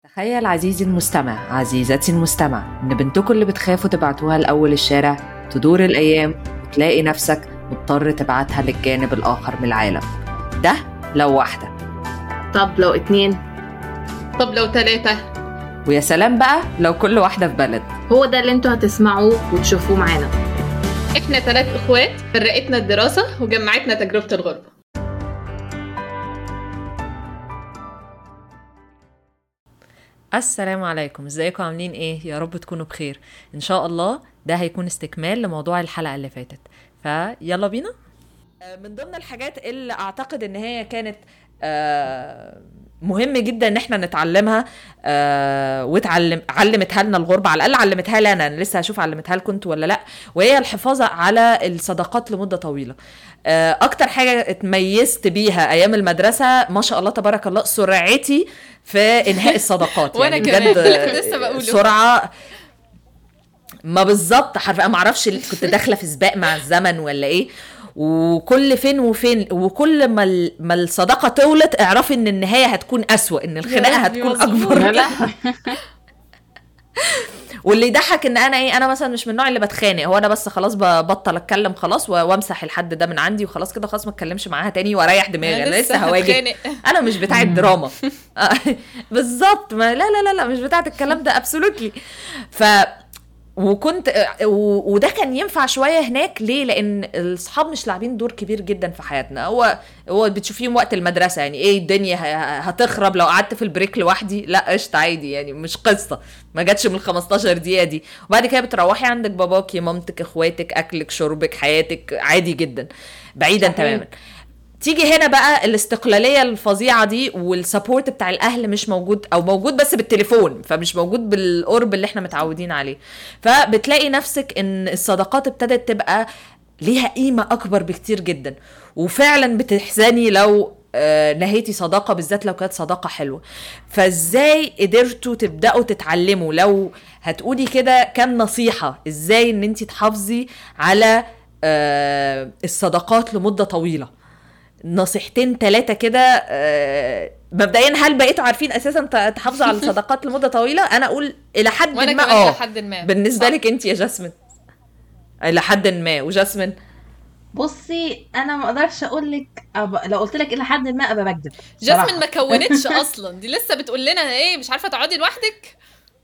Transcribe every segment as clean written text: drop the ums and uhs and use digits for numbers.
تخيل عزيزي المستمع عزيزتي المستمع إن بنتكم اللي بتخافوا تبعتوها لأول الشارع تدور الأيام وتلاقي نفسك مضطر تبعتها للجانب الآخر من العالم. ده لو واحدة. طب لو 2؟ طب لو 3؟ ويا سلام بقى لو كل واحدة في بلد. هو ده اللي انتوا هتسمعوه وتشوفوه معانا. احنا 3 اخوات فرقتنا الدراسة وجمعتنا تجربة الغربة. السلام عليكم، ازيكم عاملين ايه؟ يا رب تكونوا بخير ان شاء الله. ده هيكون استكمال لموضوع الحلقة اللي فاتت، فيلا بينا. من ضمن الحاجات اللي اعتقد ان هي كانت مهم جدا ان احنا نتعلمها علمتها لنا الغربة، على الاقل علمتها لي انا لسه هشوف علمتها لكم انتوا ولا لا، وهي الحفاظ على الصداقات لمدة طويلة. اكتر حاجة اتميزت بيها ايام المدرسة ما شاء الله تبارك الله سرعتي في انهاء الصداقات. وانا يعني كمان بجد لسه بقوله سرعة ما بالظبط حرفيا، ما اعرفش كنت داخله في سباق مع الزمن ولا ايه. وكل فين وفين وكل ما الصداقه طولت اعرفي ان النهايه هتكون اسوأ، ان الخناقه هتكون اكبر. واللي يضحك ان انا مثلا مش من النوع اللي بتخانق، هو انا بس خلاص ببطل اتكلم خلاص وامسح الحد ده من عندي وخلاص كده، خلاص ما اتكلمش معاها تاني واريح دماغي. انا لسه هواجه، انا مش بتاعه دراما. بالظبط، لا لا لا لا مش بتاعه الكلام ده ابسولوتلي. وده كان ينفع شويه هناك. ليه؟ لان الصحاب مش لاعبين دور كبير جدا في حياتنا. هو بتشوفيهم وقت المدرسه، يعني ايه الدنيا هتخرب لو قعدت في البريك لوحدي؟ لا قشطه عادي، يعني مش قصه، ما جاتش من 15 دقيقه دي. وبعد كده بتروحي عندك باباكي مامتك اخواتك اكلك شربك حياتك عادي جدا بعيدا تماما. تيجي هنا بقى الاستقلالية الفظيعة دي والسابورت بتاع الأهل مش موجود، أو موجود بس بالتليفون، فمش موجود بالقرب اللي احنا متعودين عليه. فبتلاقي نفسك ان الصداقات ابتدت تبقى ليها قيمة أكبر بكتير جدا، وفعلا بتحزني لو نهيتي صداقة، بالذات لو كانت صداقة حلوة. فازاي قدرتوا تبدأوا تتعلموا؟ لو هتقولي كده كم نصيحة ازاي ان انتي تحافظي على الصداقات لمدة طويلة، نصيحتين 3 كده. مبدئيا هل بقيتوا عارفين اساسا تحافظوا على الصداقات لمده طويله؟ انا اقول الى حد ما. الى حد ما بالنسبه لك انت يا جاسمين الى حد ما، وجاسمين بصي انا ما اقدرش اقول لك لو قلت لك الى حد ما ابقى بكذب. جاسمين ما كونتش اصلا، دي لسه بتقول لنا ايه مش عارفه تقعدي لوحدك.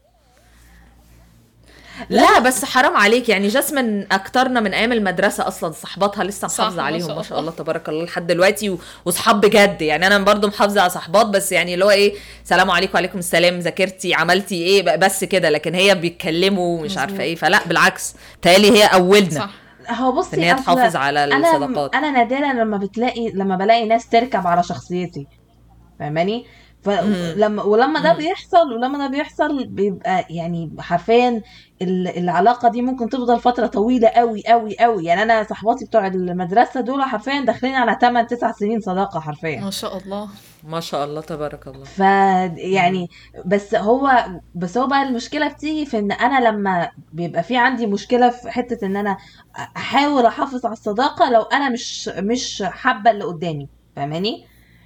لا بس حرام عليك، يعني جاسمين اكترنا من ايام المدرسه اصلا، صحباتها لسه محافظه عليهم ما شاء الله تبارك الله لحد دلوقتي، وصحاب بجد. يعني انا برضو محافظه على صحبات، بس يعني اللي هو ايه، سلام عليكم وعليكم السلام، ذاكرتي عملتي ايه بس كده، لكن هي بيتكلموا مش عارفه ايه. فلا بالعكس تالي هي اولنا. صح. هو بصي ان هي تحافظ على الصداقات. انا نادرا لما بلاقي ناس تركب على شخصيتي، فاهماني؟ ولما ده بيحصل بيبقى يعني حرفيا العلاقه دي ممكن تفضل فتره طويله قوي قوي قوي. يعني انا صحباتي بتوع المدرسه دول حرفيا داخلين على 8-9 سنين صداقه حرفيا، ما شاء الله ما شاء الله تبارك الله. يعني بس هو بقى المشكله بتيجي في ان انا لما بيبقى في عندي مشكله في حته ان انا احاول احافظ على الصداقه لو انا مش حابه اللي قدامي، فاهماني؟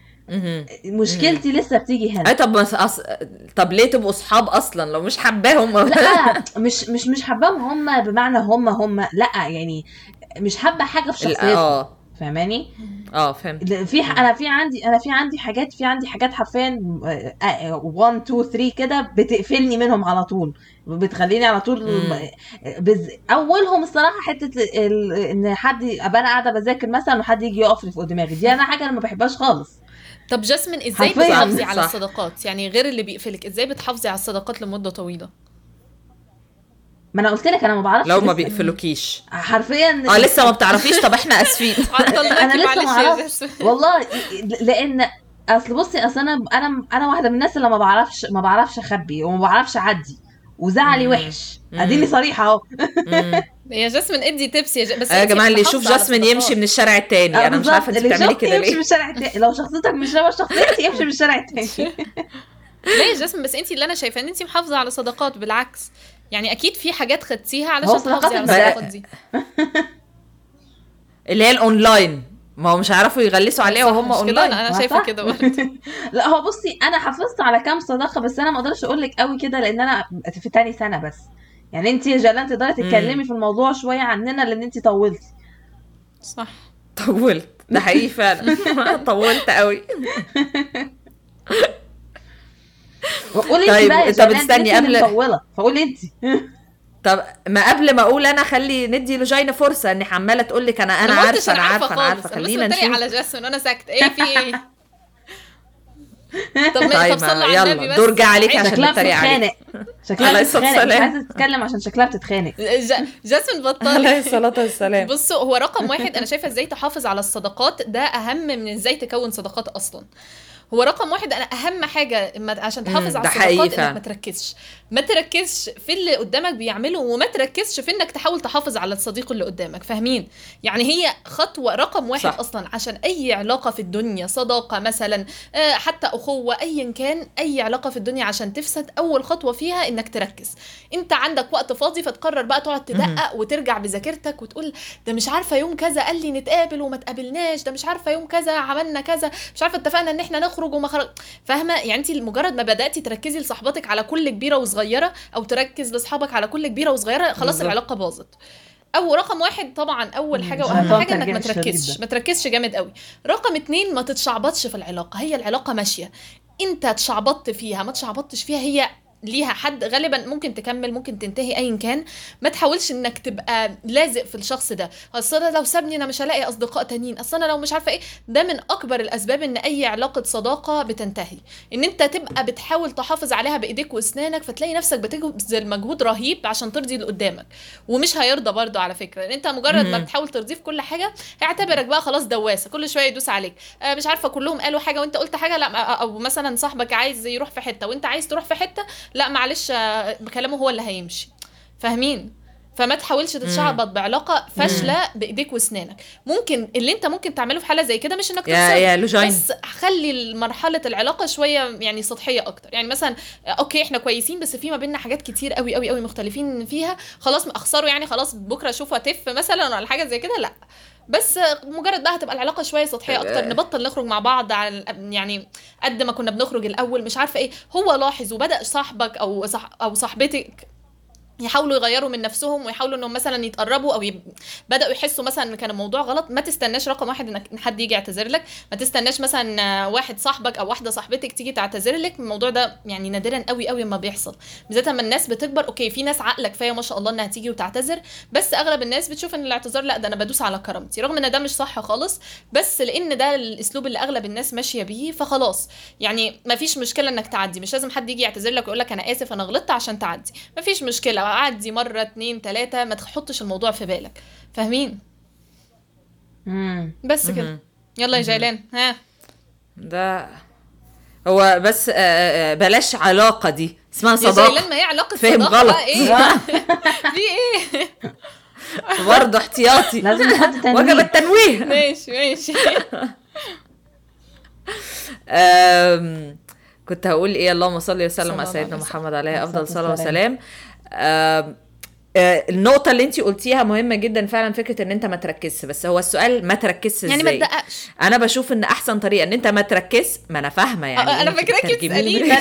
مشكلتي لسه بتيجي هنا. طب ليه تبقوا صحاب اصلا لو مش حباهم؟ لا مش حباهم هم بمعنى هم لا، يعني مش حابه حاجه في شخصيتهم، فاهماني؟ فهمت. انا في عندي حاجات حرفيا 1 2 3 كده بتقفلني منهم على طول، بتخليني على طول اولهم الصراحه حته ان حد ابقى انا قاعده بذاكر مثلا وحد يجي يقف لي فوق دماغي، دي انا حاجه انا ما بحبهاش خالص. طب جاسمين ازاي بتحافظي على الصداقات؟ يعني غير اللي بيقفلك، ازاي بتحافظي على الصداقات لمده طويله؟ ما انا قلت لك انا ما بعرفش لو ما بيقفلوكيش حرفيا لسه ما بتعرفيش. طب احنا اسفين. انا لسه ما اعرفش والله، لان بصي انا واحده من الناس اللي ما بعرفش اخبي وما بعرفش اعدي، وزعلي وحش، اديني صريحه اهو. يا جاسمين ادي تبس بس يا جماعه اللي يشوف جاسمين يمشي من الشارع التاني. انا مش عارفه انت بتعملي كده ليه. يمشي من الشارع التاني، لو شخصيتك مش شبه شخصيتي يمشي من الشارع التاني. ليه يا جاسمين؟ بس انتي اللي انا شايفه ان انتي محافظه على صداقات، بالعكس يعني اكيد في حاجات خدتيها علشان تحافظي على الصداقات دي. اللي هي الاونلاين ما هو مش هيعرفوا يغلسوا عليه وهم اونلاين. انا شايفه كده برضه. لا هو بصي انا حافظت على كام صداقه، بس انا ما اقدرش اقول لك قوي كده لان انا في تاني سنه بس. يعني انت يا جلال تقدري تتكلمي في الموضوع شويه عننا لان انت طولتي. صح طولت، ده حقيقي فعلا. طولت قوي. وقولي طيب، انت طب بقى استني قبل مطوله، فقولي انت. طب ما قبل ما اقول انا، خلي ندي لجينا فرصه، اني عماله تقول لك انا عارفه انا عارفه. خلينا نشوف على جاسمين وانا ساكت. ايه في ايه؟ طب طيب صلوا على النبي بس. دور جه عليك عشان شكلها نتريق عليك. شكلها بتتخانق، مش عايزه تتكلم عشان شكلها بتتخانق. جاسمين بطل. عليه الصلاه والسلام. بصوا، هو رقم 1 انا شايفه ازاي تحافظ على الصداقات ده اهم من ازاي تكون صداقات اصلا. هو رقم 1 انا اهم حاجه عشان تحافظ على الصداقات انك ما تركزش في اللي قدامك بيعمله، وما تركزش في انك تحاول تحافظ على الصديق اللي قدامك. فاهمين؟ يعني هي خطوه رقم 1 صح. اصلا عشان اي علاقه في الدنيا، صداقه مثلا، حتى اخوه، ايا كان اي علاقه في الدنيا عشان تفسد، اول خطوه فيها انك تركز. انت عندك وقت فاضي فتقرر بقى تقعد تدقق وترجع بذاكرتك وتقول ده مش عارفه يوم كذا قال لي نتقابل وما تقابلناش، ده مش عارفه يوم كذا عملنا كذا، مش عارفه اتفقنا ان احنا نخرج وما خرج. فاهمه؟ يعني انت مجرد ما بداتي تركزي لصاحباتك على كل كبيره وصغيره، او تركز لاصحابك على كل كبيره وصغيره، خلاص العلاقه باظت. او رقم 1 طبعا اول حاجه واهم حاجه انك ما تركزش جامد قوي. رقم 2 ما تتشعبطش في العلاقه. هي العلاقه ماشيه، انت تشعبطت فيها ما تشعبطتش فيها، هي ليها حد غالبا ممكن تكمل ممكن تنتهي ايا كان. ما تحاولش انك تبقى لازق في الشخص ده، اصل انا لو سابني انا مش هلاقي اصدقاء تانيين، اصل انا لو مش عارفه ايه. ده من اكبر الاسباب ان اي علاقه صداقه بتنتهي، ان انت تبقى بتحاول تحافظ عليها بايديك واسنانك، فتلاقي نفسك بتبذل مجهود رهيب عشان ترضي اللي قدامك، ومش هيرضى برضه على فكره. لان انت مجرد ما بتحاول ترضيه في كل حاجه هيعتبرك بقى خلاص دواسه، كل شويه يدوس عليك. مش عارفه كلهم قالوا حاجه وانت قلت حاجه، لا. او مثلا صاحبك عايز يروح في حته وانت عايز تروح في حته، لا معلش بكلامه هو اللي هيمشي. فاهمين؟ فما تحاولش تتشعبط بعلاقه فاشله بايديك واسنانك. ممكن اللي انت ممكن تعمله في حاله زي كده مش انك تكسر، بس خلي مرحله العلاقه شويه يعني سطحيه اكتر. يعني مثلا اوكي احنا كويسين بس في ما بيننا حاجات كتير قوي قوي قوي مختلفين فيها، خلاص اخسره يعني، خلاص بكره اشوفه تف مثلا ولا حاجه زي كده، لا. بس مجرد بقى هتبقى العلاقه شويه سطحيه اكتر، نبطل نخرج مع بعض على يعني قد ما كنا بنخرج الاول، مش عارفه ايه. هو لاحظ وبدا صاحبك او صاحبتك يحاولوا يغيروا من نفسهم ويحاولوا انهم مثلا يتقربوا او بداوا يحسوا مثلا ان كان الموضوع غلط. ما تستناش رقم 1 انك حد يجي يعتذر لك، ما تستناش مثلا واحد صاحبك او واحده صاحبتك تيجي تعتذر لك. الموضوع ده يعني نادرا قوي قوي ما بيحصل، بالذات لما الناس بتكبر. اوكي في ناس عقلك كفايه ما شاء الله انها تيجي وتعتذر، بس اغلب الناس بتشوف ان الاعتذار لا ده انا بدوس على كرامتي، رغم ان ده مش صح خالص، بس لان ده الاسلوب اللي اغلب الناس ماشيه بيه فخلاص. يعني ما فيش مشكله انك تعدي، مش لازم حد يجي يعتذر لك ويقول لك انا اسف انا غلطت عشان تعدي. ما فيش مشكله، عدي مره 2 3، ما تحطش الموضوع في بالك. فاهمين؟ بس كده. يلا يا جيلان. ها ده هو بس بلاش علاقه دي اسمها صداقه. يا جيلان ما هي علاقه فهم صداقه غلط. ايه؟ في ايه؟ برضه احتياطي لازم نحط تنويه. وجب التنويه. ماشي كنت هقول ايه؟ اللهم صل وسلم على سيدنا محمد عليه افضل صلاه وسلام. النقطة اللي انتي قلتيها مهمة جدا فعلا، فكرة ان انت ما تركزش. بس هو السؤال ما تركزش ازاي؟ يعني ما تدققش. انا بشوف ان احسن طريقة ان انت ما تركزش، ما انا فاهمة يعني انا فاكراكي تسأليني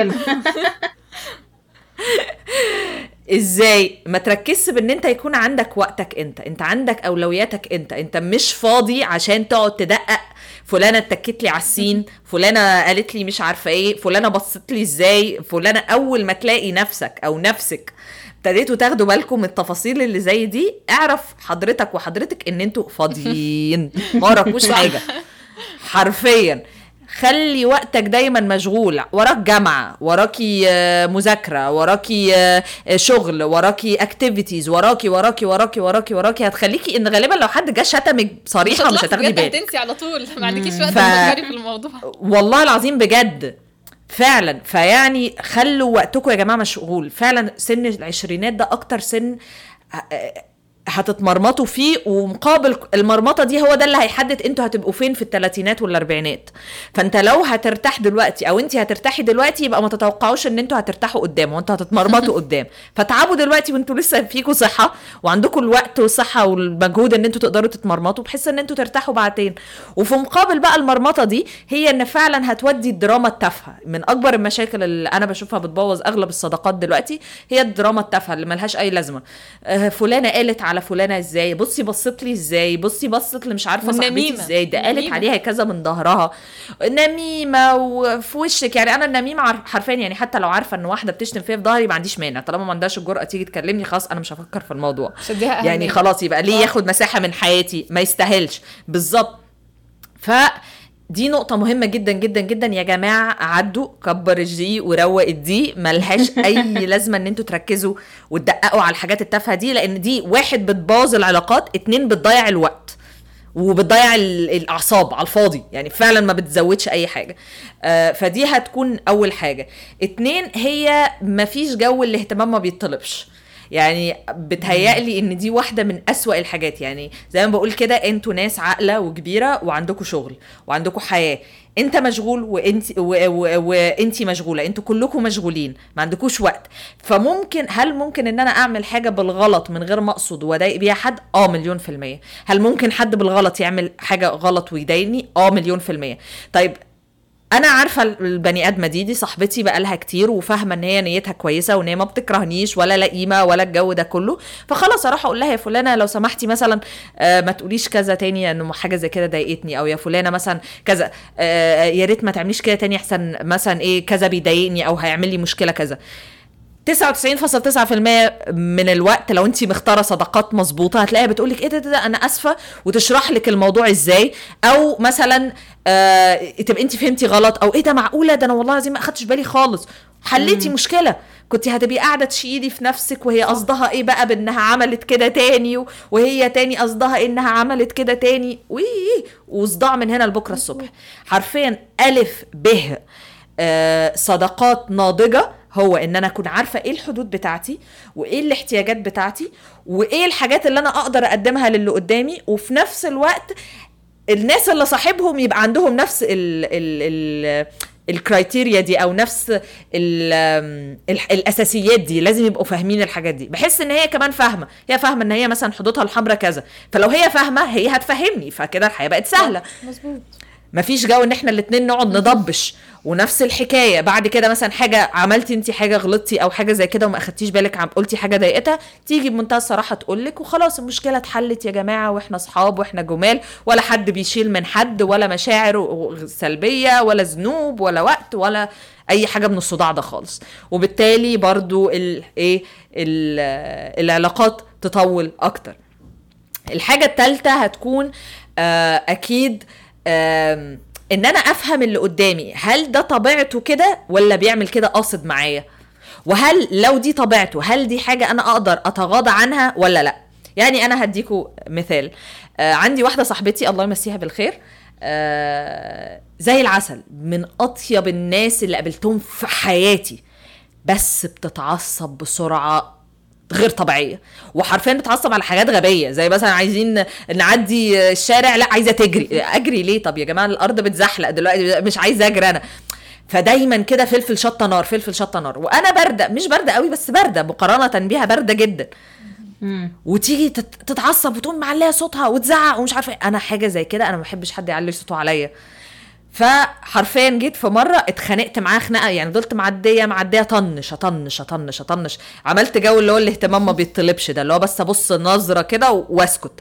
ازاي ما تركزش بان انت يكون عندك وقتك، انت عندك اولوياتك، انت مش فاضي عشان تقعد تدقق فلانة اتكت لي على السين، فلانة قالت لي مش عارفة ايه، فلانة بصت لي ازاي، فلانة. اول ما تلاقي نفسك او نفسك ابتديتوا تاخدوا بالكم من التفاصيل اللي زي دي، اعرف حضرتك وحضرتك ان انتوا فاضيين ما وراكوش حاجة حرفيا. خلي وقتك دايما مشغول، وراك جامعة، وراكي مذاكرة، وراكي شغل، وراكي اكتيفيتيز، وراكي هتخليكي ان غالبا لو حد جه شتمك صريحة مش هتاخدي بالك، هتنسي على طول، ما عندكيش وقت تفكري في الموضوع. والله العظيم بجد فعلا. فيعني خلوا وقتكم يا جماعة مشغول فعلا. سن العشرينات ده اكتر سن هتتمرمطوا فيه، ومقابل المرمطه دي هو ده اللي هيحدد انتوا هتبقوا فين في الثلاثينات والاربعينات. فانت لو هترتاح دلوقتي او انت هترتاحي دلوقتي، يبقى ما تتوقعوش ان انتوا هترتاحوا قدام، وانتوا هتتمرمطوا قدام. فتعبوا دلوقتي وانتوا لسه فيكم صحه وعندكم الوقت والصحه والمجهود ان انتوا تقدروا تتمرمطوا، بحيث ان انتوا ترتاحوا بعدين. وفي مقابل بقى المرمطه دي هي ان فعلا هتودي الدراما التافهه. من اكبر المشاكل اللي انا بشوفها بتبوظ اغلب الصداقات دلوقتي هي الدراما التافهه اللي ملهاش اي لازمه. فلانه قالت على فلانه ازاي، بصي بصت لي ازاي، بصي بصت اللي مش عارفه صاحبتي ازاي، ده قالت عليها كذا من ظهرها، نميمه وفي وشك. يعني انا النميمه حرفيا يعني حتى لو عارفه ان واحده بتشتم فيها في ظهري ما عنديش مانع، طالما ما عندهاش الجرأه تيجي تكلمني خلاص انا مش هفكر في الموضوع. يعني خلاص يبقى ليه ياخد مساحه من حياتي؟ ما يستاهلش بالظبط. دي نقطة مهمة جدا جدا جدا يا جماعة. عدوا كبر الجي وروق الدي، ملهاش أي لازمة ان انتوا تركزوا وتدققوا على الحاجات التافهة دي، لأن دي واحد بتبوظ العلاقات، اتنين بتضيع الوقت وبتضيع الأعصاب على الفاضي، يعني فعلا ما بتزودش أي حاجة. فدي هتكون أول حاجة. اتنين، هي مفيش جو الاهتمام ما بيطلبش. يعني بتهيألي ان دي واحدة من أسوأ الحاجات. يعني زي ما بقول كده، انتوا ناس عاقلة وكبيرة وعندكوا شغل وعندكوا حياة، انت مشغول وانتي مشغولة، انتوا كلكم مشغولين، ما عندكوش وقت. فممكن هل ممكن ان انا اعمل حاجة بالغلط من غير ما اقصد واضايق بيها حد؟ 1,000,000%. هل ممكن حد بالغلط يعمل حاجة غلط ويضايقني؟ 1,000,000%. طيب انا عارفه البني ادمه دي صاحبتي بقالها كتير، وفاهمه ان هي نيتها كويسه وان هي ما بتكرهنيش ولا لئيمه ولا الجو ده كله، فخلاص اروح اقول لها يا فلانه لو سمحتي مثلا ما تقوليش كذا تاني انه حاجه زي كده ضايقتني، او يا فلانه مثلا كذا يا ريت ما تعمليش كده تاني احسن مثلا ايه كذا بيضايقني او هيعمل لي مشكله كذا. 99.9% من الوقت لو انتي مختاره صداقات مظبوطه هتلاقيها بتقولك ايه ده انا اسفه، وتشرح لك الموضوع ازاي. او مثلا تبقى انتي فهمتي غلط، او ايه ده معقوله، ده انا والله لازم ما اخدتش بالي خالص، حليتي مشكله. كنتي هتبقي قاعده تشيلي في نفسك وهي قصدها ايه بقى بانها عملت كده تاني، وهي تاني قصدها انها عملت كده تاني، وصداع من هنا لبكره الصبح. حرفيا الف به صداقات ناضجه هو ان انا اكون عارفه ايه الحدود بتاعتي، وايه الاحتياجات بتاعتي، وايه الحاجات اللي انا اقدر اقدمها للي قدامي، وفي نفس الوقت الناس اللي صاحبهم يبقى عندهم نفس الكرايتيريا دي، او نفس الاساسيات دي. لازم يبقوا فاهمين الحاجات دي، بحس ان هي كمان فاهمه، هي فاهمه ان هي مثلا حدودها الحمراء كذا، فلو هي فاهمه هي هتفهمني، فكده الحياه بقت سهله. مظبوط. مفيش جو ان احنا الاتنين نقعد نضبش. ونفس الحكايه بعد كده مثلا حاجه عملتي انتي حاجه غلطتي او حاجه زي كده وما اخدتيش بالك، قلتي حاجه ضايقتها، تيجي بمنتهى الصراحه تقولك وخلاص المشكله اتحلت يا جماعه، واحنا اصحاب واحنا جمال، ولا حد بيشيل من حد، ولا مشاعر سلبيه ولا ذنوب ولا وقت ولا اي حاجه من الصداع ده خالص. وبالتالي برضو العلاقات تطول اكتر. الحاجه الثالثه هتكون اكيد ان انا افهم اللي قدامي، هل ده طبيعته كده ولا بيعمل كده قاصد معايا، وهل لو دي طبيعته هل دي حاجة انا اقدر اتغاضى عنها ولا لا. يعني انا هديكوا مثال. عندي واحدة صاحبتي الله يمسيها بالخير، زي العسل، من اطيب الناس اللي قابلتهم في حياتي، بس بتتعصب بسرعة غير طبيعيه، وحرفيا بتعصب على حاجات غبيه، زي مثلا عايزين نعدي الشارع، لا عايزه اجري ليه؟ طب يا جماعه الارض بتزحلق دلوقتي، مش عايزه اجري انا. فدايما كده فلفل شطه نار فلفل شطه نار، وانا بارده، مش بارده قوي بس بارده مقارنه بيها، بارده جدا. وتيجي تتعصب وتقوم معليه صوتها وتزعق ومش عارفه. انا حاجه زي كده انا ما بحبش حد يعلي صوته عليا. فحرفيا جيت في مره اتخانقت معاه خناقه، يعني فضلت معديه طنش. عملت جو اللي هو الاهتمام ما بيطلبش ده، اللي هو بس ابص نظره كده واسكت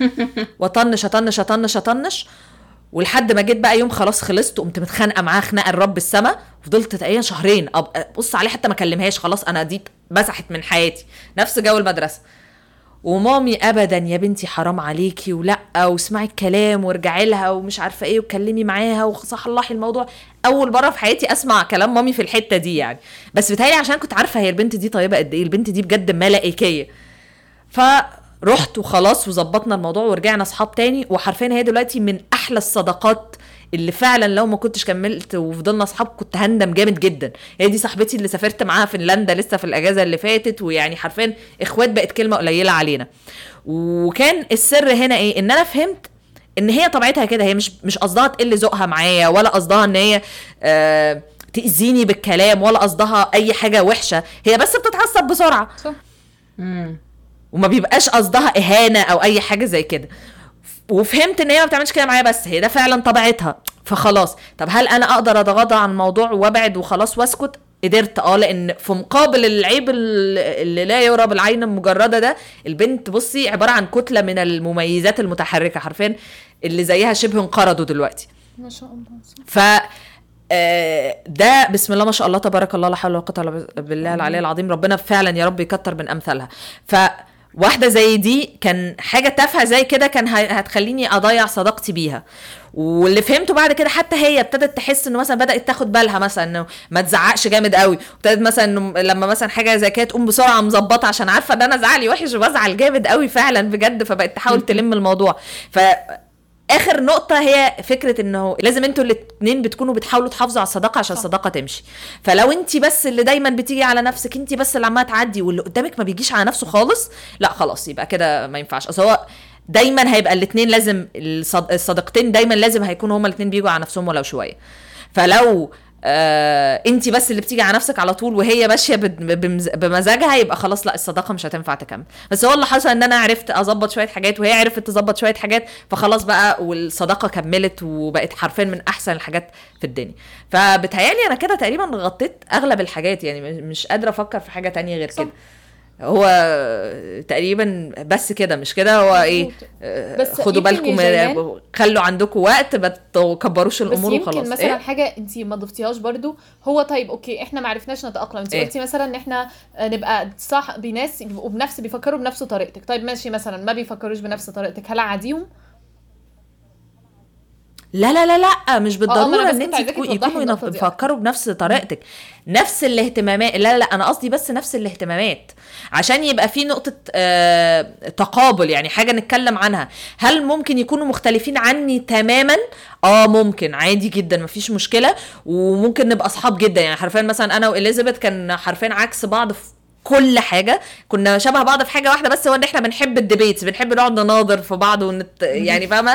وطنش. ولحد ما جيت بقى يوم خلاص خلصت، قمت متخانقه معاه خناقه الرب السما، فضلت تقريبا شهرين ابص عليه حتى ما اكلمهاش، خلاص انا دي مسحت من حياتي. نفس جو المدرسه. ومامي ابدا يا بنتي حرام عليكي، ولا واسمعي الكلام وارجعي لها ومش عارفه ايه وكلمي معاها وصحلحي الموضوع. اول مره في حياتي اسمع كلام مامي في الحته دي يعني، بس بتهيألي عشان كنت عارفه هي البنت دي طيبه قد ايه، البنت دي بجد ملائكيه. فرحت وخلاص وظبطنا الموضوع ورجعنا اصحاب تاني، وحرفيا هي دلوقتي من احلى الصداقات اللي فعلا لو ما كنتش كملت وفضلنا اصحاب كنت هندم جامد جدا. هي دي صاحبتي اللي سافرت معاها فنلندا لسه في الاجازه اللي فاتت، ويعني حرفيا اخوات بقت كلمه قليله علينا. وكان السر هنا ايه؟ ان انا فهمت ان هي طبيعتها كده، هي مش قصدها تقل ذوقها معايا، ولا قصدها ان هي تأذيني بالكلام، ولا قصدها اي حاجه وحشه، هي بس بتتعصب بسرعه. صح. وما بيبقاش قصدها اهانه او اي حاجه زي كده. وفهمت ان هي ما بتعملش كده معايا، بس هي ده فعلا طبيعتها، فخلاص. طب هل انا اقدر اتغاضى عن الموضوع وابعد وخلاص واسكت؟ قدرت. لان في مقابل العيب اللي لا يرى بالعين المجرده ده، البنت بصي عباره عن كتله من المميزات المتحركه حرفيا، اللي زيها شبه انقرضوا دلوقتي ما شاء الله. ف ده بسم الله ما شاء الله تبارك الله لا حول ولا قوه الا بالله العلي العظيم. ربنا فعلا يا رب يكتر من امثالها. واحدة زي دي كان حاجة تافهة زي كده كان هتخليني أضيع صداقتي بيها. واللي فهمته بعد كده حتى هي ابتدت تحس انه مثلا بدأت تاخد بالها مثلا انه ما تزعقش جامد قوي، ابتدت مثلا انه لما مثلا حاجة زي كده تقوم بسرعة مظبطة عشان عارفة ان انا زعلي وحش وبزعل جامد قوي فعلا بجد، فبقت تحاول تلم الموضوع. اخر نقطة هي فكرة انه لازم انتوا الاتنين بتكونوا بتحاولوا تحافظوا على الصداقة عشان الصداقة تمشي. فلو انتي بس اللي دايما بتيجي على نفسك، انتي بس اللي عمالة تعدي واللي قدامك ما بيجيش على نفسه خالص، لا خلاص يبقى كده ما ينفعش. اصل هو دايما هيبقى الاتنين لازم الصديقتين دايما لازم هيكونوا هما الاتنين بيجوا على نفسهم ولو شوية. فلو انتي بس اللي بتيجي على نفسك على طول وهي ماشيه بمزاجها، يبقى خلاص لا الصداقه مش هتنفع تكمل. بس هو اللي حصل ان انا عرفت اظبط شويه حاجات وهي عرفت تظبط شويه حاجات، فخلاص بقى والصداقه كملت وبقت حرفيا من احسن الحاجات في الدنيا. فبتهيالي انا كده تقريبا غطيت اغلب الحاجات، يعني مش قادره افكر في حاجه تانية غير كده. هو تقريبا بس كده مش كده هو ايه. خدوا بالكم، خلوا عندكم وقت، ما تكبروش الامور وخلاص. يمكن مثلا حاجه انت ما ضفتيهاش برضو، هو طيب اوكي احنا ما عرفناش نتاقلم، انت قلتي مثلا ان احنا نبقى صح بناس يبقوا بيفكروا بنفس طريقتك. طيب ماشي، مثلا ما بيفكروش بنفس طريقتك، هل عاديهم؟ لا لا لا لا مش بالضروره ان انت يكونوا بيفكروا بنفس طريقتك نفس الاهتمامات. لا لا انا قصدي بس نفس الاهتمامات عشان يبقى في نقطه تقابل، يعني حاجه نتكلم عنها. هل ممكن يكونوا مختلفين عني تماما؟ ممكن عادي جدا مفيش مشكله، وممكن نبقى اصحاب جدا. يعني حرفيا مثلا انا واليزابيث كان حرفيا عكس بعض في كل حاجة، كنا شبه بعض في حاجة واحدة بس، هو ان احنا بنحب الديبيتس، بنحب نقعد نناظر في بعض يعني فاهمة،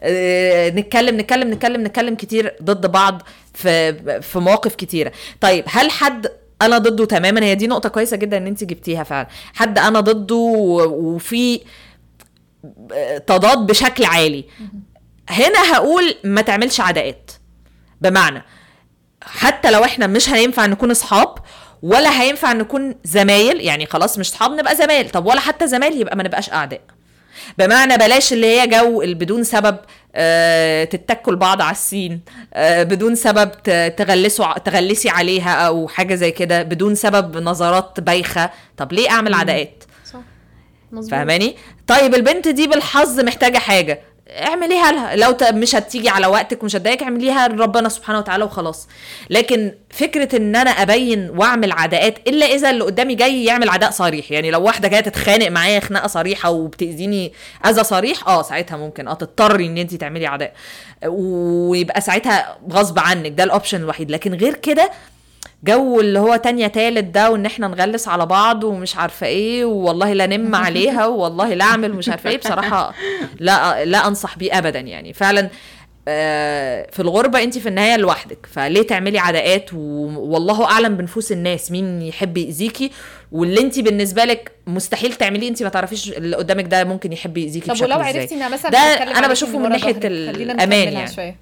نتكلم كتير ضد بعض في مواقف كتيرة. طيب هل حد انا ضده تماما؟ هي دي نقطة كويسة جدا ان انت جبتيها فعلا. حد انا ضده وفي تضاد بشكل عالي، هنا هقول ما تعملش عداءات. بمعنى حتى لو احنا مش هينفع نكون اصحاب ولا هينفع نكون زمايل، يعني خلاص مش صحاب نبقى زمايل، طب ولا حتى زمايل يبقى ما نبقاش اعداء. بمعنى بلاش اللي هي جو بدون سبب تتكوا لبعض على السين، بدون سبب تغلسي عليها او حاجه زي كده، بدون سبب نظرات بايخه. طب ليه اعمل عداءات؟ صح مظبوط. فاهماني؟ طيب البنت دي بالحظ محتاجه حاجه، اعمليها لها. لو مش هتيجي على وقتك ومش هتضايقك، اعمليها لربنا سبحانه وتعالى وخلاص. لكن فكرة ان انا ابين واعمل عداءات الا اذا اللي قدامي جاي يعمل عداء صريح. يعني لو واحدة جاية تتخانق معايا خناقة صريحة وبتأذيني اذى صريح، ساعتها ممكن تضطري ان انت تعملي عداء، ويبقى ساعتها غصب عنك، ده الاوبشن الوحيد. لكن غير كده جو اللي هو تانية تالت ده، وان احنا نغلس على بعض ومش عارفة ايه، والله لا نم عليها والله لا اعمل مش عارفة ايه، بصراحة لا انصح بيه ابدا. يعني فعلا في الغربة انت في النهاية لوحدك، فليه تعملي عداءات؟ والله اعلم بنفوس الناس مين يحب يأذيكي، واللي انت بالنسبة لك مستحيل تعمليه انت ما تعرفيش اللي قدامك ده ممكن يحب يأذيكي بشكل ازاي. طب ولو عرفتي انها مثلا ده انا بشوفه من ناحية الامان يعني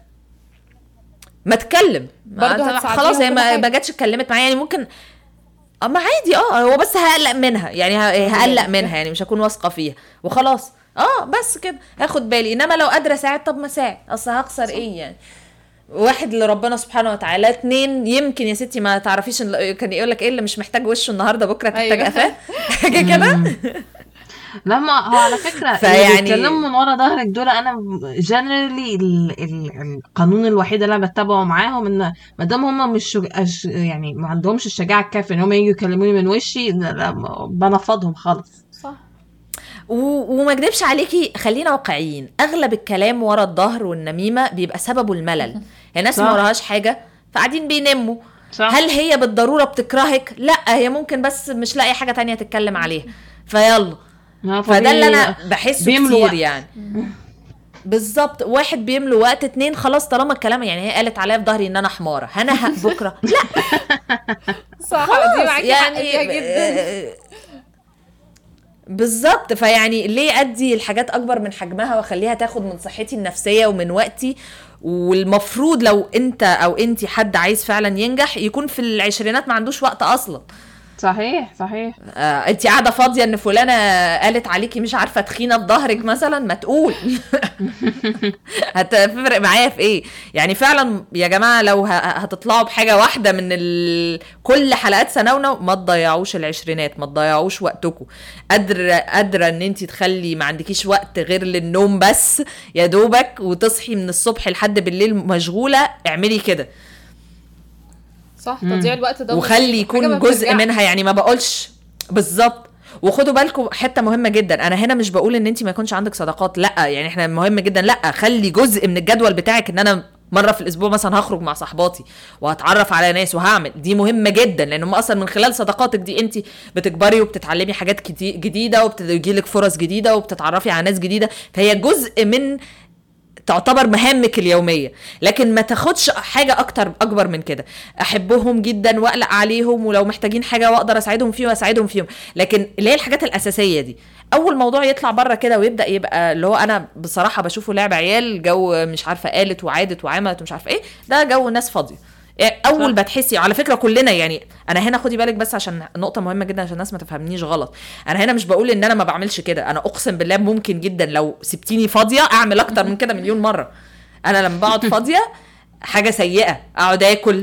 ما اتكلم خلاص، هي ما جاتش اتكلمت معايا، يعني ممكن ما عادي هو بس هقلق منها، يعني هقلق منها، يعني مش هكون واثقه فيها وخلاص. بس كده هاخد بالي. انما لو قادره اساعد، طب ما اساعد، اصل هخسر ايه يعني؟ واحد لربنا سبحانه وتعالى، 2 يمكن يا ستي ما تعرفيش. كان يقول لك ايه اللي مش محتاج وشه النهارده بقره تحتاج قفاه حاجه كده. لما هو على فكرة اللي بيتكلموا من ورا ظهرك دول، انا جنرالي القانون الوحيد اللي انا بتبعه معاهم ان ما دام هم مش يعني ما عندهمش الشجاعة الكافية ان هم يجوا يكلموني من وشي، بنفضهم خالص. صح. وما اكدبش عليكي، خلينا واقعيين، اغلب الكلام ورا الظهر والنميمه بيبقى سببه الملل. الناس ما وراهاش حاجه فقاعدين بينموا. صح. هل هي بالضروره بتكرهك؟ لا، هي ممكن بس مش لاقي حاجه تانية تتكلم عليها فيلا. فده اللي انا بحسه كتير يعني. بالظبط، واحد بيملوا وقت، 2 خلاص طالما الكلام يعني هي قالت عليا في ظهري ان انا حماره هنهق بكره. لا صح، دي معاكي يعني جدا. بالظبط. فيعني ليه ادي الحاجات اكبر من حجمها واخليها تاخد من صحتي النفسيه ومن وقتي؟ والمفروض لو انت او انتي حد عايز فعلا ينجح يكون في العشرينات ما عندوش وقت اصلا. صحيح. انتي قاعده فاضيه ان فلانه قالت عليكي مش عارفه تخينه في ظهرك مثلا، ما تقول. هتفرق معايا في ايه يعني؟ فعلا يا جماعه لو هتطلعوا بحاجه واحده من كل حلقات سنونا، ما تضيعوش العشرينات، ما تضيعوش وقتكم. قادره ان انتي تخلي ما عندكيش وقت غير للنوم بس يا دوبك، وتصحي من الصبح لحد بالليل مشغوله، اعملي كده. صح، تضييع الوقت ده وخلي يكون جزء منها يعني، ما بقولش بالظبط. وخدوا بالكم حته مهمه جدا، انا هنا مش بقول ان انت ما يكونش عندك صداقات، لا يعني احنا مهم جدا، لا خلي جزء من الجدول بتاعك ان انا مره في الاسبوع مثلا هخرج مع صحباتي وهتعرف على ناس وهعمل. دي مهمه جدا، لان هم اصلا من خلال صداقاتك دي انت بتكبري وبتتعلمي حاجات جديده وبتجيلك فرص جديده وبتتعرفي على ناس جديده، فهي جزء من تعتبر مهامك اليومية. لكن ما تاخدش حاجة أكبر من كده. أحبهم جدا وأقلق عليهم، ولو محتاجين حاجة وأقدر أساعدهم فيه وأساعدهم فيهم، لكن اللي هي الحاجات الأساسية دي أول موضوع يطلع بره كده ويبدأ يبقى اللي هو أنا بصراحة بشوفه لعب عيال، جو مش عارفة قالت وعادت وعملت ومش عارفة إيه، ده جو ناس فاضية. اول بتحسي على فكره كلنا يعني، انا هنا خدي بالك بس عشان نقطه مهمه جدا عشان الناس ما تفهمنيش غلط، انا هنا مش بقول ان انا ما بعملش كده، انا اقسم بالله ممكن جدا لو سبتيني فاضيه اعمل اكتر من كده مليون مره. انا لما بقعد فاضيه حاجه سيئه، اقعد اكل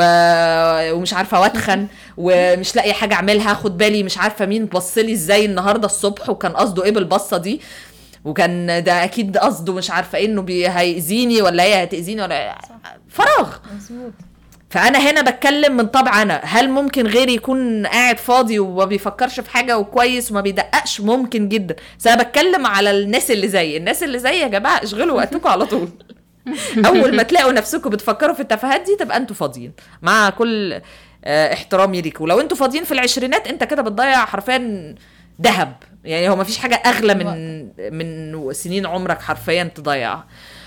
ومش عارفه واتخن ومش لاقي حاجه اعملها، اخد بالي مش عارفه مين بصلي ازاي النهارده الصبح وكان قصده ايه بالبصه دي، وكان ده اكيد قصده مش عارفه ايه انه هيأذيني ولا هي هتأذيني ولا فراغ. فانا هنا بتكلم من طبع انا. هل ممكن غيري يكون قاعد فاضي وما بيفكرش في حاجه وكويس وما بيدققش؟ ممكن جدا. بس انا بتكلم على الناس اللي زي يا جماعه اشغلوا وقتكم على طول. اول ما تلاقوا نفسكم بتفكروا في التفاهات دي تبقى انتوا فاضيين، مع كل احترامي ليكم. ولو انتوا فاضيين في العشرينات انت كده بتضيع حرفيا ذهب يعني، هو ما فيش حاجه اغلى من سنين عمرك حرفيا تضيعها.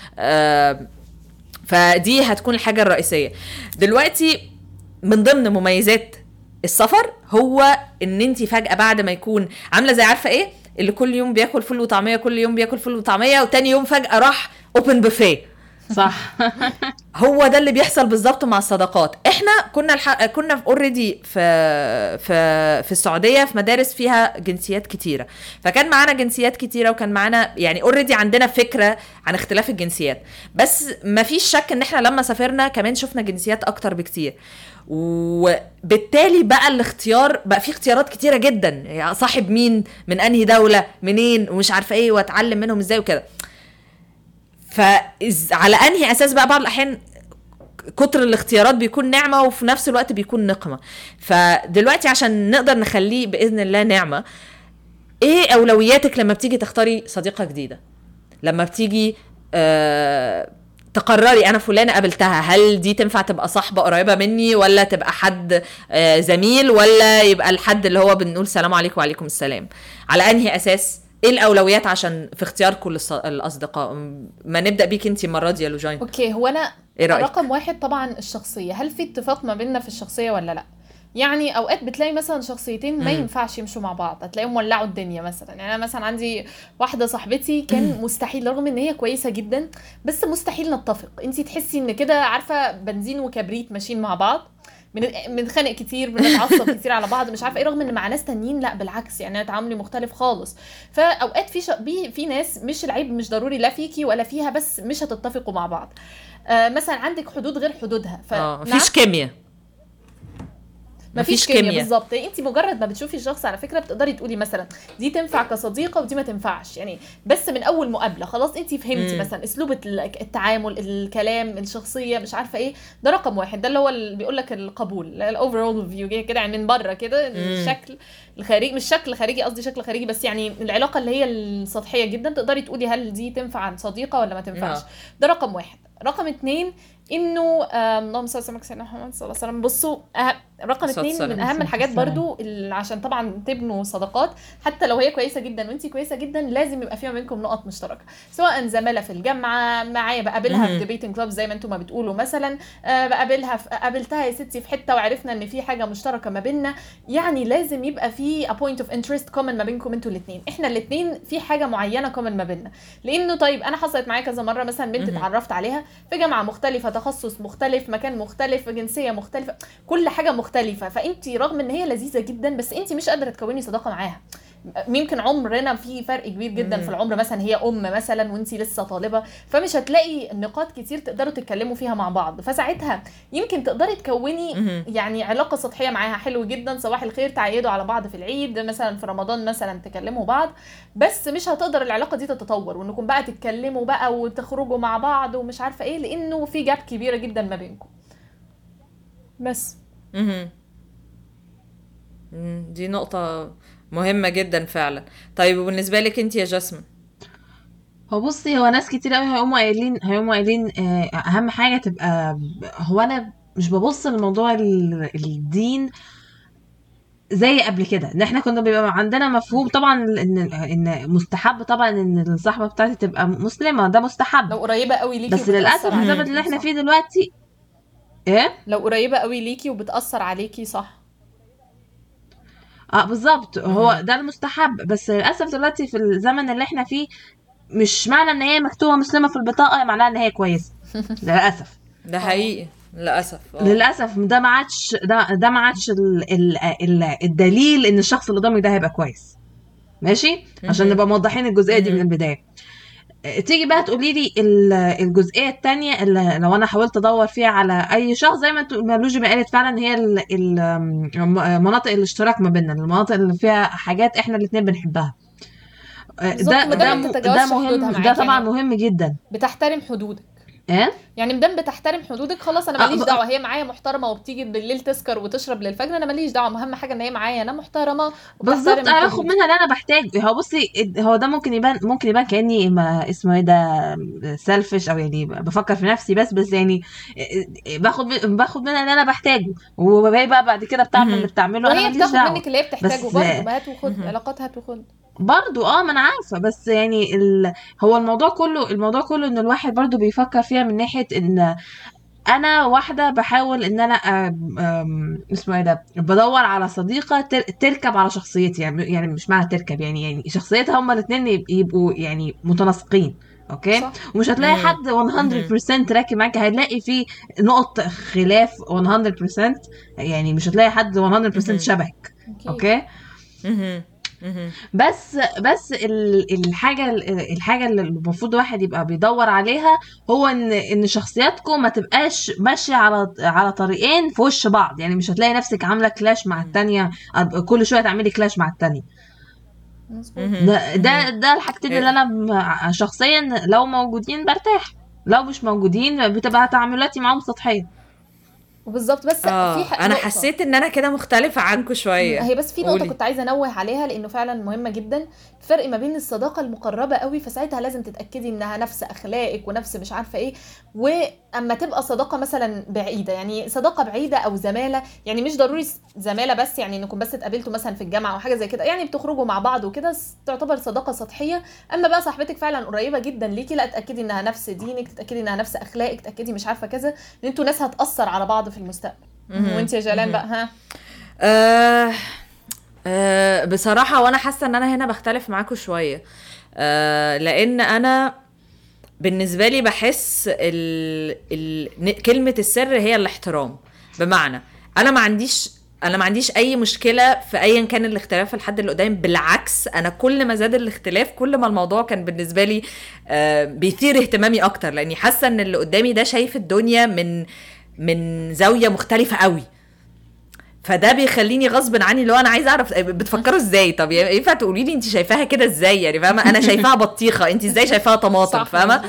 فدي هتكون الحاجة الرئيسية. دلوقتي من ضمن مميزات السفر هو ان انتي فجأة بعد ما يكون عاملة زي عارفة ايه اللي كل يوم بياكل فول وطعمية، كل يوم بياكل فول وطعمية، وتاني يوم فجأة راح اوبن بوفيه. صح. هو ده اللي بيحصل بالظبط مع الصداقات. احنا كنا اوريدي في السعوديه في مدارس فيها جنسيات كتيره، فكان معانا جنسيات كتيره وكان معانا يعني اوريدي عندنا فكره عن اختلاف الجنسيات. بس ما فيش شك ان احنا لما سافرنا كمان شفنا جنسيات اكتر بكتير، وبالتالي بقى الاختيار بقى فيه اختيارات كتيره جدا، يعني صاحب مين من انهي دوله منين ومش عارفه ايه واتعلم منهم ازاي وكده. فعلى انهي اساس بقى بعض الاحيان كتر الاختيارات بيكون نعمه وفي نفس الوقت بيكون نقمه. فدلوقتي عشان نقدر نخليه باذن الله نعمه، ايه اولوياتك لما بتيجي تختاري صديقه جديده؟ لما بتيجي تقرري انا فلانه قابلتها، هل دي تنفع تبقى صاحبه قريبه مني ولا تبقى حد زميل ولا يبقى الحد اللي هو بنقول سلام عليكم وعليكم السلام؟ على انهي اساس؟ ايه الاولويات عشان في اختيار كل الاصدقاء؟ ما نبدا بيك انتي المره دي يا لوجين. اوكي، هو انا إيه رقم 1 طبعا الشخصيه. هل في اتفاق ما بيننا في الشخصيه ولا لا؟ يعني اوقات بتلاقي مثلا شخصيتين ما ينفعش يمشوا مع بعض، هتلاقيهم ولعوا الدنيا مثلا. يعني انا مثلا عندي واحده صاحبتي كان مستحيل، رغم ان هي كويسه جدا بس مستحيل نتفق. انتي تحسي ان كده عارفه بنزين وكبريت ماشيين مع بعض، بنتخانق كتير، بنتعصب كتير على بعض مش عارفه ايه، رغم ان مع ناس تانيين لا بالعكس، يعني تعاملي مختلف خالص. فاوقات في ناس مش العيب مش ضروري لا فيكي ولا فيها، بس مش هتتفقوا مع بعض. مثلا عندك حدود غير حدودها، مفيش كيمياء. مفيش كيمياء بالظبط. انت مجرد ما بتشوفي الشخص على فكره بتقدري تقولي مثلا دي تنفع كصديقه ودي ما تنفعش، يعني بس من اول مقابله خلاص انت فهمتي مثلا اسلوب التعامل، الكلام، الشخصيه، مش عارفه ايه. ده رقم واحد، ده اللي هو اللي بيقول لك القبول، الاوفرول فيو كده، يعني من بره كده الشكل الخارجي، مش شكل خارجي قصدي، شكل خارجي بس، يعني العلاقه اللي هي السطحيه جدا تقدري تقولي هل دي تنفع صديقه ولا ما تنفعش. ده رقم واحد. رقم 2 انه اللهم صل على سيدنا محمد صلى الله عليه وسلم. بصوا رقم 2 من اهم الحاجات برضو عشان طبعا تبنوا صداقات حتى لو هي كويسه جدا وانتي كويسه جدا، لازم يبقى فيها بينكم نقط مشتركه، سواء زماله في الجامعه معايا بقابلها في ديبيتنج كلاب زي ما انتم ما بتقولوا مثلا، قابلتها يا ستي في حته وعرفنا ان في حاجه مشتركه ما بيننا، يعني لازم يبقى في a point of interest common ما بينكم انتوا الاثنين. احنا الاثنين في حاجه معينه common ما بيننا، لانه طيب انا حصلت معايا كذا مره مثلا بنت اتعرفت عليها في جامعه مختلفه، تخصص مختلف، مكان مختلف، جنسيه مختلفه، كل حاجه مختلفه، فانت رغم ان هي لذيذه جدا بس انت مش قادره تكوني صداقه معاها. ممكن عمرنا في فرق كبير جدا في العمر، مثلا هي مثلا وانت لسه طالبه، فمش هتلاقي نقاط كتير تقدروا تتكلموا فيها مع بعض، فساعتها يمكن تقدري تكوني يعني علاقه سطحيه معاها حلو جدا، صباح الخير، تعيدوا على بعض في العيد مثلا، في رمضان مثلا تكلموا بعض، بس مش هتقدر العلاقه دي تتطور وانكم بقى تتكلموا بقى وتخرجوا مع بعض ومش عارفه ايه، لانه في جاب كبيره جدا ما بينكم. بس دي نقطة مهمة جدا فعلا. طيب وبالنسبة لك انت يا جاسمين؟ بصي، هو ناس كتير قوي هيقوموا قايلين اهم حاجة تبقى، هو انا مش ببص لموضوع الدين زي قبل كده، ان احنا كنا بيبقى عندنا مفهوم طبعا ان مستحب طبعا ان الصاحبة بتاعتي تبقى مسلمة، ده مستحب لو قريبة قوي ليكي بس للأسف الزمن اللي احنا فيه دلوقتي ايه، لو قريبة قوي ليكي وبتأثر عليكي، صح؟ بالظبط، هو ده المستحب، بس للاسف دلوقتي في الزمن اللي احنا فيه مش معنى ان هي مكتوبه مسلمه في البطاقه معناها ان هي كويسه. للاسف ده حقيقي، للاسف للاسف ده ما عادش الدليل ان الشخص اللي قدامك ده هيبقى كويس، ماشي، عشان نبقى موضحين الجزئيه دي من البدايه. تيجي بقى تقولي لي الجزئيه الثانيه اللي لو انا حاولت ادور فيها على اي شخص زي ما لوجي ما قالت فعلا، هي مناطق الاشتراك ما بيننا، المناطق اللي فيها حاجات احنا الاثنين بنحبها، ده مهم، ده طبعا يعني مهم جدا. بتحترم حدودك، يعني مدام بتحترم حدودك خلاص انا ماليش دعوه، هي معايا محترمه وبتيجي بالليل تسكر وتشرب للفجر، انا ماليش دعوه، اهم حاجه ان هي معايا انا محترمه بالظبط، انا باخد منها اللي انا بحتاجه. هو بصي، هو ده ممكن يبان كاني ما اسمه ايه ده سيلفش، او يعني بفكر في نفسي بس يعني باخد منها اللي انا بحتاجه، وهي بقى بعد كده بتعمل اللي بتعمله، انا ماليش دعوه، منك اللي هي بتحتاجه برضه، ما هات وخد، علاقات هات وخد برضو ما انا عارفه، بس يعني هو الموضوع كله ان الواحد برضو بيفكر فيها من ناحيه ان انا واحده بحاول ان انا اسمه ايه ده بدور على صديقه تركب على شخصيتي، يعني مش معنى تركب يعني شخصيتها هما الاثنين يبقوا يعني متناسقين، اوكي صح. ومش هتلاقي حد 100% راكب معاك، هتلاقي فيه نقط خلاف 100%، يعني مش هتلاقي حد 100% شبهك، اوكي بس الحاجه اللي المفروض واحد يبقى بيدور عليها هو ان شخصياتكم ما تبقاش ماشيه على طريقين في وش بعض، يعني مش هتلاقي نفسك عامله كلاش مع التانية كل شويه تعملي كلاش مع التانية. ده الحاجتين اللي انا شخصيا لو موجودين برتاح، لو مش موجودين بتبقى تعاملاتي معاهم سطحيه. وبالظبط، بس في انا حسيت ان انا كده مختلفه عنكم شويه. هي بس في نقطه كنت عايزه انوه عليها لانه فعلا مهمه جدا، الفرق ما بين الصداقه المقربه قوي، فساعتها لازم تتاكدي انها نفس اخلاقك ونفس مش عارفه ايه، واما تبقى صداقه مثلا بعيده، يعني صداقه بعيده او زماله، يعني مش ضروري زماله بس، يعني انكم بس اتقابلتوا مثلا في الجامعه او حاجه زي كده، يعني بتخرجوا مع بعض وكده تعتبر صداقه سطحيه. اما بقى صاحبتك فعلا قريبه جدا ليكي، لا اتاكدي انها نفس دينك، تتاكدي انها نفس اخلاقك، تتاكدي مش عارفه كذا، ان انتوا ناس هتاثر على بعض في المستقبل. وانت يا جلال بقى بصراحة وانا حاسة ان انا هنا بختلف معاكم شوية، لان انا بالنسبة لي بحس كلمة السر هي الاحترام، بمعنى انا ما عنديش اي مشكلة في ايا كان الاختلاف الحد اللي قدام، بالعكس انا كل ما زاد الاختلاف كل ما الموضوع كان بالنسبة لي بيثير اهتمامي اكتر، لاني حاسة ان اللي قدامي ده شايف الدنيا من زاوية مختلفة قوي، فده بيخليني غصب عني لو انا عايزه اعرف بتفكروا ازاي. طب ينفع تقولي لي انت شايفاها كده ازاي يعني فاهمه؟ انا شايفاها بطيخه انت ازاي شايفاها طماطم فاهمه؟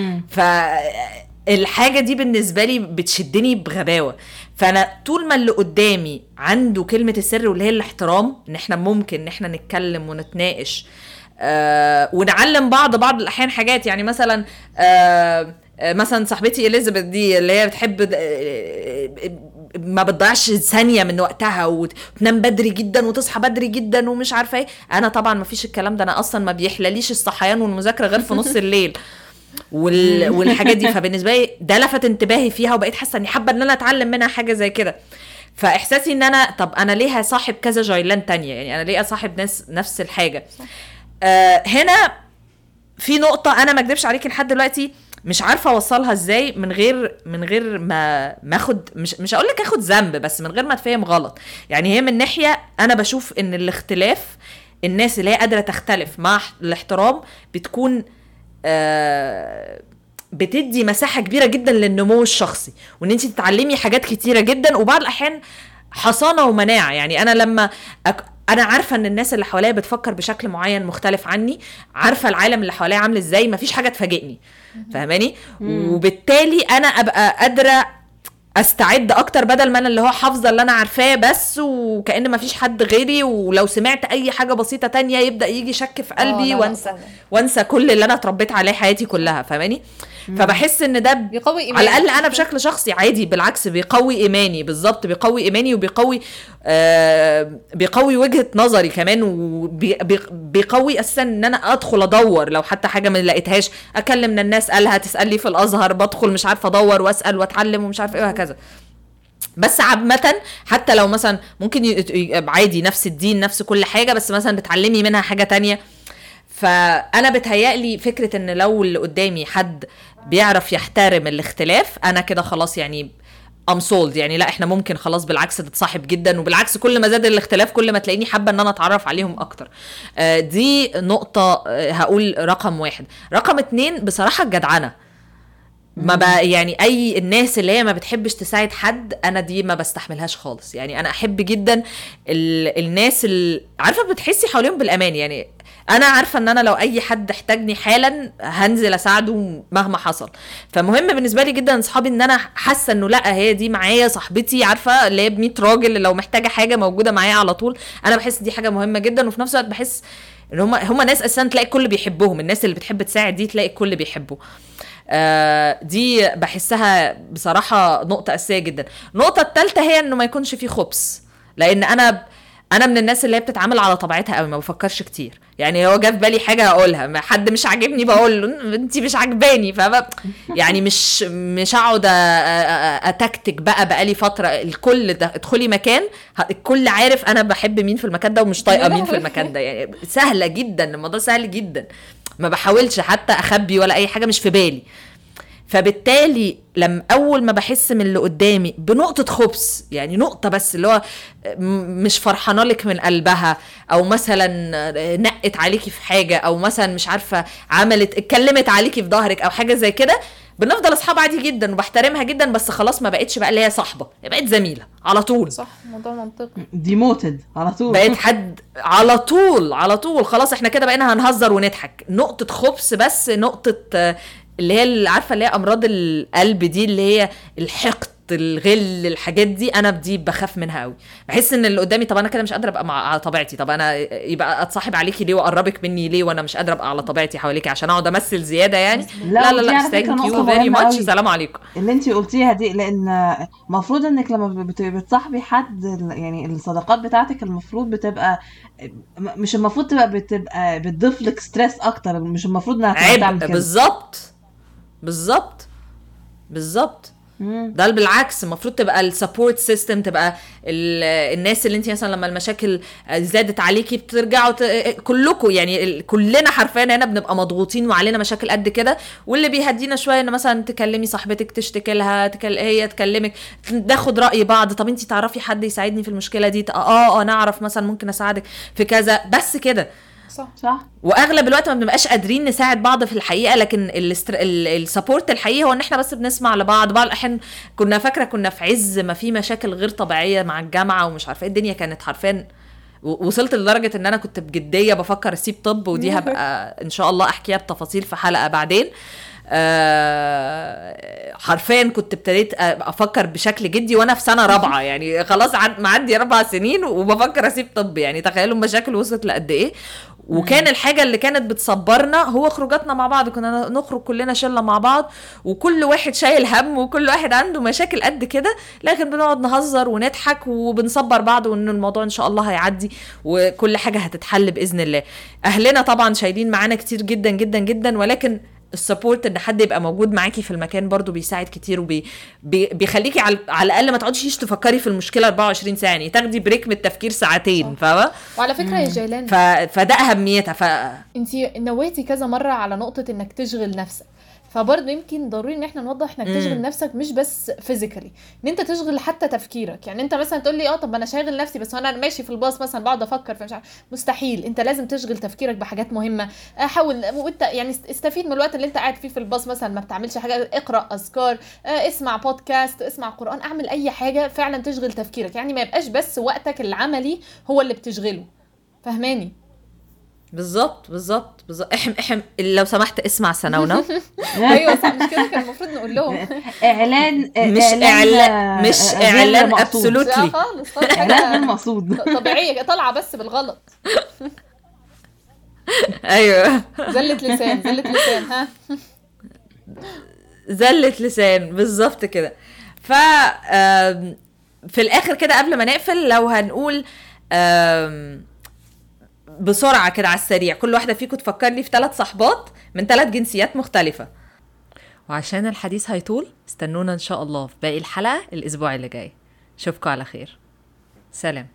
فالحاجه دي بالنسبه لي بتشدني بغباوه. فانا طول ما اللي قدامي عنده كلمه السر واللي هي الاحترام، ان احنا ممكن ان احنا نتكلم ونتناقش ونعلم بعض الاحيان حاجات. يعني مثلا مثلا صاحبتي اليزابيث دي اللي هي بتحب ما بتضيعش ثانيه من وقتها وتنام بدري جدا وتصحى بدري جدا ومش عارفه ايه. انا طبعا ما فيش الكلام ده، انا اصلا ما بيحلليش الصحيان والمذاكره غير في نص الليل والحاجات دي. فبالنسبه لي ده لفت انتباهي فيها وبقيت حاسه اني حابه ان انا اتعلم منها حاجه زي كده. فاحساسي ان انا طب انا ليه هصاحب كذا جايلان تانية؟ يعني انا ليه اصاحب ناس نفس الحاجه؟ هنا في نقطه انا ما اكذبش عليكي لحد دلوقتي مش عارفه اوصلها ازاي من غير ما اخد مش هقول لك اخد ذنب، بس من غير ما اتفهم غلط. يعني هي من ناحيه انا بشوف ان الاختلاف، الناس اللي هي قادره تختلف مع الاحترام بتكون بتدي مساحه كبيره جدا للنمو الشخصي، وان انت تتعلمي حاجات كتيره جدا، وبعض الاحيان حصانه ومناعه. يعني انا لما انا عارفه ان الناس اللي حواليا بتفكر بشكل معين مختلف عني، عارفه العالم اللي حواليا عامل ازاي، مفيش حاجه تفاجئني فاهماني؟ وبالتالي انا ابقى قادره استعد اكتر، بدل ما انا اللي هو حافظه اللي انا عارفاه بس وكأن مفيش حد غيري، ولو سمعت اي حاجه بسيطه تانية يبدا يجي شك في قلبي وانسى كل اللي انا اتربيت عليه حياتي كلها فاهماني؟ فبحس ان ده بيقوي إيماني. على الاقل انا بشكل شخصي عادي، بالعكس بيقوي ايماني. بالظبط بيقوي ايماني وبيقوي بيقوي وجهة نظري كمان، وبيقوي اساسا ان انا ادخل ادور لو حتى حاجه ما لقيتهاش، اكلم من الناس قالها، تسالي في الازهر، بدخل مش عارفه ادور واسال واتعلم ومش عارفه ايه وهكذا. بس عامه حتى لو مثلا ممكن عادي نفس الدين نفس كل حاجه، بس مثلا بتعلمي منها حاجه تانية. فانا بتهيألي فكره ان لو اللي قدامي حد بيعرف يحترم الاختلاف، انا كده خلاص يعني امسولد. يعني لا احنا ممكن خلاص بالعكس تتصاحب جدا، وبالعكس كل ما زاد الاختلاف كل ما تلاقيني حابه ان انا اتعرف عليهم اكتر. دي نقطه هقول رقم 1. رقم 2 بصراحه الجدعنه. ما يعني اي الناس اللي هي ما بتحبش تساعد حد، انا دي ما بستحملهاش خالص. يعني انا احب جدا الناس اللي عارفه بتحسي حواليهم بالامان. يعني انا عارفه ان انا لو اي حد احتاجني حالا هنزل اساعده مهما حصل. فمهم بالنسبه لي جدا اصحابي ان انا حاسه انه لا هي دي معايا صاحبتي، عارفه اللي هي ب 100 راجل لو محتاجه حاجه موجوده معايا على طول. انا بحس دي حاجه مهمه جدا، وفي نفس الوقت بحس ان هم ناس اساسا تلاقي الكل بيحبهم. الناس اللي بتحب تساعد دي تلاقي الكل بيحبه. دي بحسها بصراحه نقطه اساسيه جدا. النقطه الثالثه هي انه ما يكونش فيه خبث، لان انا من الناس اللي هي بتتعامل على طبيعتها قوي، ما بفكرش كتير. يعني هو جه في بالي حاجه اقولها، حد مش عاجبني بقول له انت مش عاجباني، يعني مش اقعد اتكتك بقى لي فتره. الكل ده ادخلي مكان الكل عارف انا بحب مين في المكان ده ومش طايقه مين في المكان ده. يعني سهله جدا، الموضوع سهل جدا، ما بحاولش حتى اخبي ولا اي حاجه، مش في بالي. فبالتالي لما اول ما بحس من اللي قدامي بنقطه خبث، يعني نقطه بس اللي هو مش فرحانه لك من قلبها، او مثلا نقت عليكي في حاجه، او مثلا مش عارفه اتكلمت عليكي في ظهرك او حاجه زي كده، بنفضل اصحاب عادي جدا وبحترمها جدا. بس خلاص ما بقتش بقى اللي هي صاحبه، بقت زميله على طول. صح، موضوع منطقي. ديموتد على طول، بقيت حد على طول خلاص احنا كده بقينا هنهزر ونضحك. نقطه خبث بس، نقطه اللي هي اللي عارفه اللي هي امراض القلب دي، اللي هي الحقد، الغل، الحاجات دي انا بدي بخاف منها قوي. بحس ان اللي قدامي طب انا كده مش قادره ابقى على طبيعتي، طب انا يبقى اتصاحب عليكي ليه واقربك مني ليه وانا مش قادره ابقى على طبيعتي حواليكي عشان اقعد امثل زياده يعني؟ لا ثانك يو فيري ماتش، سلام عليكم. اللي انت قلتيها دي، لان المفروض انك لما بتصاحبي حد، يعني الصداقات بتاعتك المفروض بتبقى مش المفروض بتبقى بتضيف لك ستريس اكتر، مش المفروض انها تعمل كده. بالظبط ده بالعكس. المفروض تبقى السبورت سيستم، تبقى الناس اللي انت مثلا لما المشاكل زادت عليكي بترجعوا كلكم، يعني كلنا حرفيا هنا بنبقى مضغوطين وعلينا مشاكل قد كده، واللي بيهدينا شويه ان مثلا تكلمي صاحبتك تشتكي لها، هي تكلمك، ناخد راي بعض. طب انت تعرفي حد يساعدني في المشكله دي؟ انا اعرف مثلا ممكن اساعدك في كذا، بس كده. صح. واغلب الوقت ما بنبقاش قادرين نساعد بعض في الحقيقه، لكن السبورت الحقيقي هو ان احنا بس بنسمع لبعض. بعض الاحيان كنا في عز ما في مشاكل غير طبيعيه مع الجامعه ومش عارفه ايه، الدنيا كانت حرفيا وصلت لدرجه ان انا كنت بجديه بفكر اسيب طب، ودي هبقى ان شاء الله احكيها بتفاصيل في حلقه بعدين. حرفيا كنت ابتديت افكر بشكل جدي وانا في سنه رابعه، يعني خلاص معدي 4 سنين وبفكر اسيب طب. يعني تخيلوا المشاكل وصلت لقد ايه. وكان الحاجه اللي كانت بتصبرنا هو خروجاتنا مع بعض، كنا نخرج كلنا شله مع بعض وكل واحد شايل هم وكل واحد عنده مشاكل قد كده، لكن بنقعد نهزر ونضحك وبنصبر بعض وان الموضوع ان شاء الله هيعدي وكل حاجه هتتحل باذن الله. اهلنا طبعا شايلين معانا كتير جدا جدا جدا، ولكن السبورت ان حد يبقى موجود معاكي في المكان برضو بيساعد كتير وبيخليكي على الاقل ما تقعديش تفكري في المشكله 24 ساعه، يعني تاخدي بريك من التفكير ساعتين، فاهمه؟ وعلى فكره يا جيلان فده اهميتها. انتي نويتي كذا مره على نقطه انك تشغل نفسك، فبرضه يمكن ضروري ان احنا نوضح انك تشغل نفسك مش بس فيزيكالي، ان انت تشغل حتى تفكيرك. يعني انت مثلا تقول لي طب انا شاغل نفسي بس وانا ماشي في الباص مثلا بقعد افكر فمش مستحيل. انت لازم تشغل تفكيرك بحاجات مهمه. حاول وانت يعني استفيد من الوقت اللي انت قاعد فيه في الباص، مثلا ما بتعملش حاجه، اقرا اذكار، اسمع بودكاست، اسمع قران، اعمل اي حاجه فعلا تشغل تفكيرك. يعني ما يبقاش بس وقتك العملي هو اللي بتشغله. فهماني؟ بالظبط. احم لو سمحت اسمع سناونا. ايوه صح، مش كده كان المفروض نقول لهم. اعلان مش اعلان ابسولوتلي خالص، اعلان غير مقصود، طبيعيه طالعه بس بالغلط. ايوه زلة لسان ها زلة لسان بالظبط كده. ف في الاخر كده قبل ما نقفل، لو هنقول بسرعة كده على السريع، كل واحدة فيكم تفكر لي في 3 صحبات من 3 جنسيات مختلفة. وعشان الحديث هيطول استنونا ان شاء الله في باقي الحلقة الاسبوع اللي جاي. اشوفكم على خير. سلام.